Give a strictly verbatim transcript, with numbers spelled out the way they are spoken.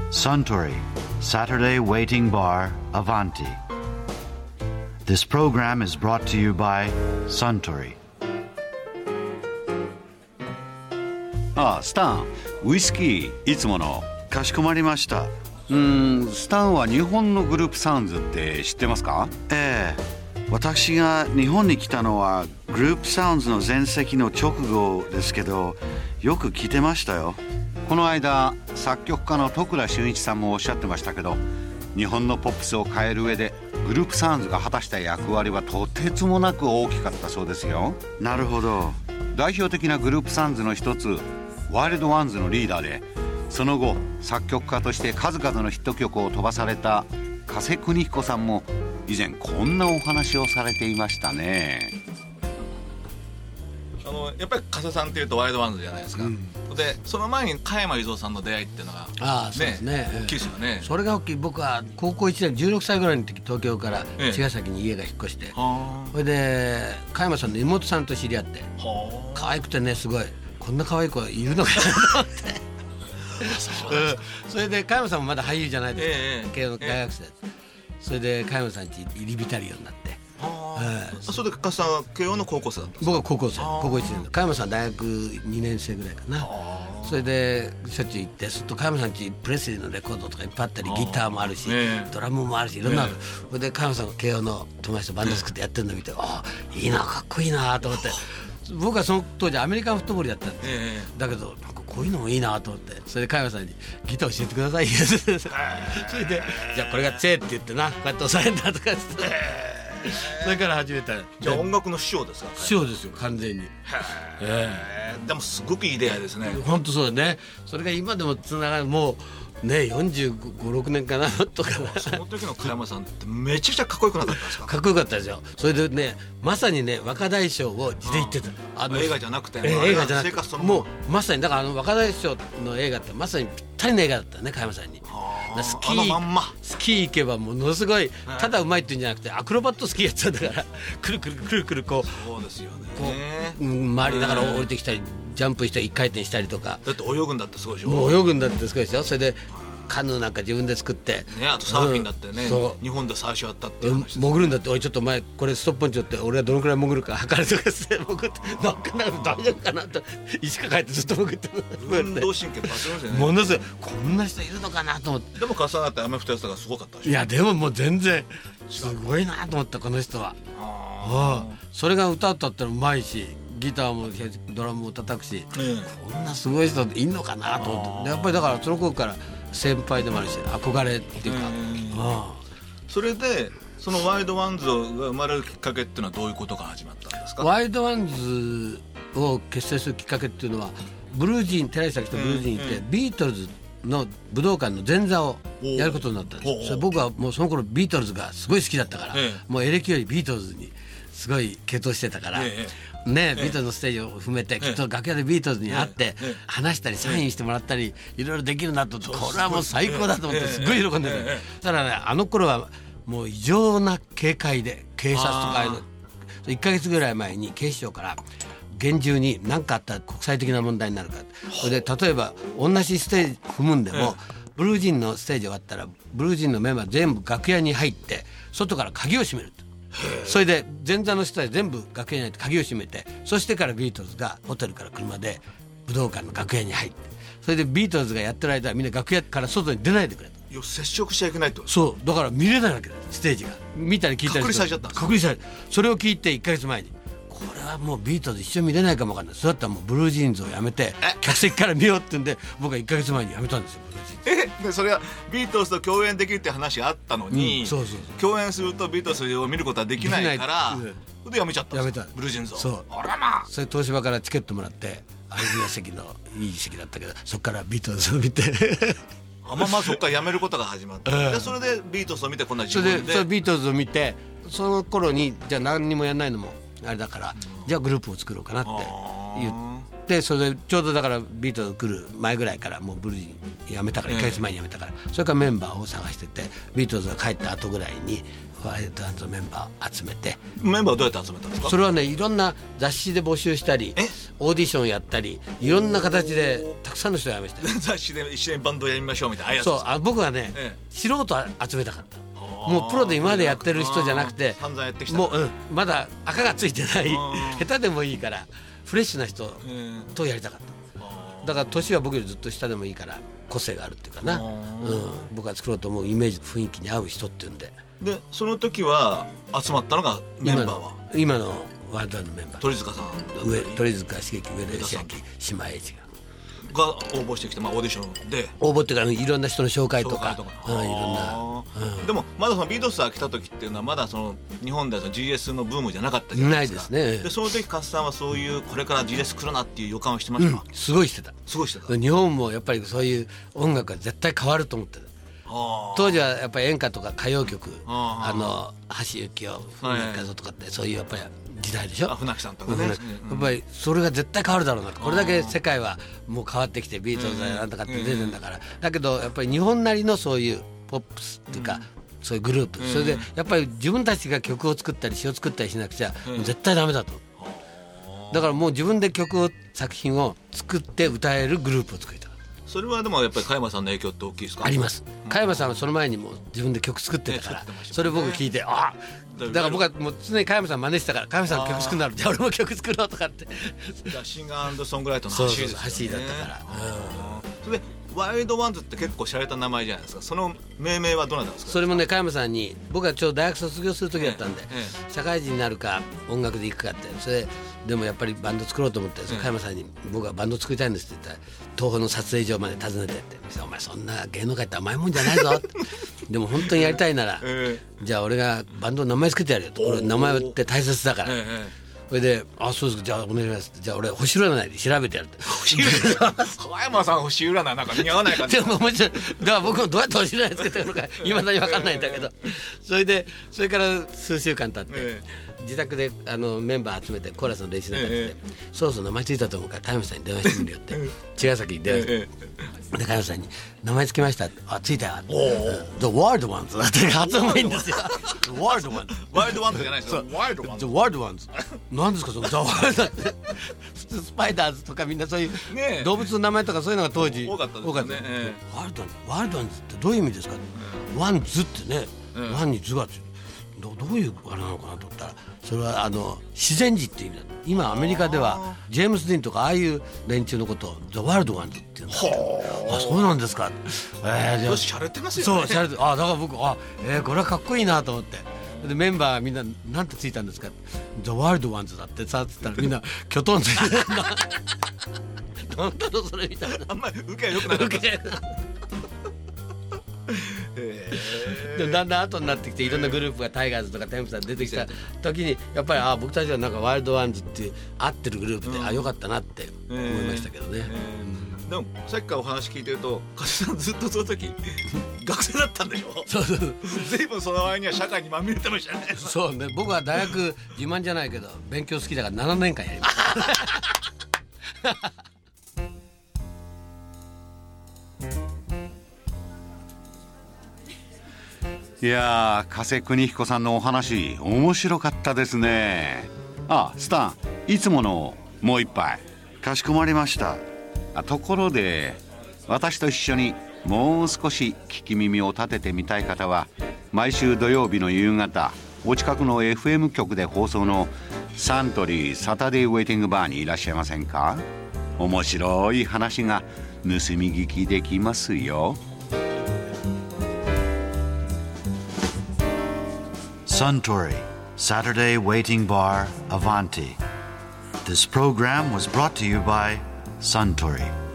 Suntory Saturday Waiting Bar Avanti. This program is brought to you by Suntory. ああ、スタン、ウイスキーいつもの。 かしこまりました。 うーん、スタンは日本のグループサウンズって知ってますか？ ええ、私が日本に来たのはグループサウンズの全盛期の直後ですけど、よく聞いてましたよ。 この間作曲家の都倉俊一さんもおっしゃってましたけど、日本のポップスを変える上でグループサウンズが果たした役割はとてつもなく大きかったそうですよ。 なるほど。 代表的なグループサウンズの一つ、ワイルドワンズのリーダーで、その後作曲家として数々のヒット曲を飛ばされた加瀬邦彦さんも以前こんなお話をされていましたね。 あのやっぱり加瀬さんっていうとワイルドワンズじゃないですか、うん、でその前に加山雄三さんの出会いっていうのが、 ああそうですね、 大きいですよね。 それが大きい。僕は高校いちねんじゅうろくさいぐらいの時、東京から茅ヶ崎に家が引っ越して、ええ、それで加山さんの妹さんと知り合って、可愛くてね、すごいこんな可愛い子いるのかなと思ってそれで加山さんもまだ俳優じゃないですか、ええ、慶応の大学生、ええ、それで加山さん家入り浸るようになって、 ええ、それで加瀬さんは慶応の高校生だったんですか？ 僕は高校生、高校いちねんで、加山さん大学にねん生ぐらいかな。それでしょっちゅう行って、すると加山さん家プレスリーのレコードとかいっぱいあったり、ギターもあるし、ええ、ドラムもあるし、いろんな、ええ、それで加山さんが慶応の友達とバンド作ってやってるのを見て、ええ、ああいいな、かっこいいなと思って、僕はその当時アメリカンフットボールやったんですよ、えー、だけどなんかこういうのもいいなと思って、それで加山さんにギター教えてくださいよそれでじゃあこれがチェーって言ってな、こうやって押さえんだとかって、えー、それから始めた。 じゃあ音楽の師匠ですか？ 師匠ですよ、完全に。 えー、でもすごくいい出会いですね。 本当そうだね。それが今でもつながる、もうね、よんじゅうご、ろくねんかなとかその時の加山さんってめちゃくちゃかっこよくなかったですか？ かっこよかったですよ。それでね、まさにね、若大将を地で言ってた。 あの映画じゃなくて、 えー、映画じゃなくて、もうまさにだからあの若大将の映画ってまさにぴったりの映画だったね、加山さんに。スキー、あのまんまスキー行けばものすごい、ただうまいっていうんじゃなくてアクロバットスキーやってたんだから、くるくるくるくるこう、 そうですよね、 こう、うん、回りながら降りてきたり、ジャンプして一回転したりとか。 だって泳ぐんだってすごいでしょ。 もう泳ぐんだってすごいですよ。それでカヌーなんか自分で作って、 ね、あとサーフィンだってね、うん、日本で最初やったっていう話です。 潜るんだって、おいちょっと前これストップンチョって俺はどのくらい潜るか測るとかして潜って、なんか大丈夫かなと石かかえてずっと潜って運動神経抜群ですよね。 ものすごいこんな人いるのかなと思って。 でも加瀬さんだってアメフトやってたからすごかったでしょ。 いやでももう全然すごいなと思った、この人は。ああ、それが歌歌ったらうまいし、ギターもドラムも叩くし、うん、こんなすごい人いんのかなと思って。やっぱりだからその頃から先輩でもあるし憧れっていうか、 ああ、それでそのワイルドワンズが生まれるきっかけっていうのはどういうことが始まったんですか？ ワイルドワンズを結成するきっかけっていうのは、ブルージーン、寺石崎とブルージーンってビートルズの武道館の前座をやることになったんです。それ僕はもうその頃ビートルズがすごい好きだったから、もうエレキよりビートルズにすごい傾倒してたから、ね、ビートルズのステージを踏めて、きっと楽屋でビートルズに会って話したりサインしてもらったりいろいろできるなと、これはもう最高だと思ってすごい喜んでる。ただね、あの頃はもう異常な警戒で、警察とかいっかげつぐらい前に警視庁から厳重に何かあったら国際的な問題になるから、それで例えば同じステージ踏むんでも、ブルージーンのステージ終わったらブルージーンのメンバー全部楽屋に入って外から鍵を閉めると。それで前座の人は全部楽屋に入って鍵を閉めて、そしてからビートルズがホテルから車で武道館の楽屋に入って、それでビートルズがやってる間はみんな楽屋から外に出ないでくれと。 よ接触しちゃいけないってこと？ そうだから見れないわけだ、ステージが。見たり聞いたり隔離されちゃったんですか？ 隔離され、それを聞いていっかげつまえに、これはもうビートルズ一緒に見れないかもわかんない、そうだったらもうブルージーンズをやめて客席から見ようって言うんで、僕はいっかげつまえにやめたんですよ、ブルージーンズ。 えでそれはビートルズと共演できるって話があったのに、うん、そうそうそう、共演するとビートルズを見ることはできないから、うん、それでやめちゃったんですか？やめたブルージーンズを。そう、あらまあ、 それ東芝からチケットもらって、アイビア席のいい席だったけど、そこからビートルズを見てあまあまあそこからやめることが始まった、うん、でそれでビートルズを見て、こんな自分でそれでそれビートルズを見て、その頃にじゃあ何にもやんないのもあれだから、うん、じゃあグループを作ろうかなって言って、それでちょうどだからビートルズ来る前ぐらいからもうブルージーンやめたから、いっかげつまえにやめたから、それからメンバーを探してて、ビートルズが帰った後ぐらいにワイルドワンズのメンバーを集めて。 メンバーはどうやって集めたんですか？ それはね、いろんな雑誌で募集したりオーディションやったり、いろんな形でたくさんの人をやめて雑誌で一緒にバンドやりましょうみたいな。ああいうやつそう、あ僕はね、ええ、素人集めたかった。もうプロで今までやってる人じゃなくて、 散々やってきた、 もう、うん、まだ赤がついてない下手でもいいからフレッシュな人とやりたかった。だから年は僕よりずっと下でもいいから個性があるっていうかな、うん、僕が作ろうと思うイメージ雰囲気に合う人っていうんで。 でその時は集まったのがメンバーは今の、今のワールドワンズのメンバー、 鳥塚さん、 上鳥塚茂樹、上田義明、島英二がが応募してきて、まあ、オーディションで応募っていうか、いろんな人の紹介とか、 とか、 うん、いろんな、 うん、でもまだそのビートルズが来た時っていうのはまだその日本では ジーエス のブームじゃなかったじゃないですか。ないですね。でその時勝さんはそういうこれから ジーエス 来るなっていう予感をしてましたか？ うん、すごいしてた。 すごいしてた。 日本もやっぱりそういう音楽が絶対変わると思ってた。当時はやっぱり演歌とか歌謡曲、あの橋幸夫、船木和夫とかってそういうやっぱり時代でしょ。 船木さんとかね、 やっぱりそれが絶対変わるだろうなと。これだけ世界はもう変わってきてビートルズだなんとかって出てるんだから、だけどやっぱり日本なりのそういうポップスっていうか、そういうグループ、それでやっぱり自分たちが曲を作ったり詩を作ったりしなくちゃ絶対ダメだと。だからもう自分で曲を作品を作って歌えるグループを作りたい。 それはでもやっぱり加山さんの影響って大きいですか？ あります。加山さんはその前にも自分で曲作ってたから、それ僕聞いて、あだから僕はもう常に加山さん真似してたから、加山さん曲作るならじゃあ俺も曲作ろうとかって。 シンガー&ソングライターの走りですよね。 走りだったから。 それでワイルドワンズって結構洒落た名前じゃないですか。その命名はどうなんですか？ それもね、加山さんに、僕はちょうど大学卒業する時だったんで、ええええ、社会人になるか音楽で行くかって、それでもやっぱりバンド作ろうと思って、ええ、加山さんに僕はバンド作りたいんですって言ったら、東宝の撮影所まで訪ねてって、お前そんな芸能界って甘いもんじゃないぞでも本当にやりたいなら、ええ、じゃあ俺がバンドの名前作ってやるよと。俺名前って大切だから、ええ、それで、あ、そうですか、じゃあお願いします。じゃあ俺星占いで調べてやるって。 星占い加山さん星占いなんか似合わない感じ。 でももちろん、だから僕もどうやって星占いつけてるのかいまだに分かんないんだけど、それでそれから数週間経って、ええ、自宅であのメンバー集めてコーラスの練習なんかして、ええ、そろそろ名前ついたと思うから加山さんに電話してみるよって茅ヶ崎に電話して、ええ、で加山さんに名前つきましたって、あ、ついたよって、The Wild Ones だって発音がいいんですよ。The Wild Ones、 ワイルドワンズじゃないですよ。ワイルドワンズ、 The Wild Ones なんですかそのザワールドって普通スパイダーズとかみんなそういう動物の名前とかそういうのが当時多かったですよね。えー、ワールドワールドワンズってどういう意味ですか、えー、ワンズってね、えー、ワンにズがついて ど, どういうあれなのかなと思ったら、それはあの自然児っていう意味だ。今アメリカではジェームス・ディーンとかああいう連中のことをザ・ワールドワンズっていうんだけど、あ、そうなんですか、 えー、じゃあしゃれてますよね。 そうしゃれて、あ、だから僕、あ、えー、これはかっこいいなと思って、でメンバーみんななんてついたんですか、ザ・ワールドワンズだってさっつったらみんなキョトンついてるなんだろうそれみたいな。 あんまり受けはよくなかったでもだんだん後になってきて、いろんなグループがタイガーズとかテンプさん出てきた時に、やっぱりあ僕たちはなんかワイルドワンズって合ってるグループで、うん、あよかったなって思いましたけどね、えーえーうん、でもさっきからお話聞いてると加瀬さんずっとその時学生だったんでしょ。 そうそう、 随分その間には社会にまみれてましたね。 そうね、僕は大学自慢じゃないけど勉強好きだからななねんかんやりましたいやー、加瀬邦彦さんのお話面白かったですね。あ、スタン、いつものもう一杯。 かしこまりました。 あ、ところで私と一緒にもう少し聞き耳を立ててみたい方は、毎週土曜日の夕方お近くの エフエム 局で放送のサントリーサタデーウェイティングバーにいらっしゃいませんか。面白い話が盗み聞きできますよ。 Suntory Saturday Waiting Bar Avanti. This program was brought to you by Suntory.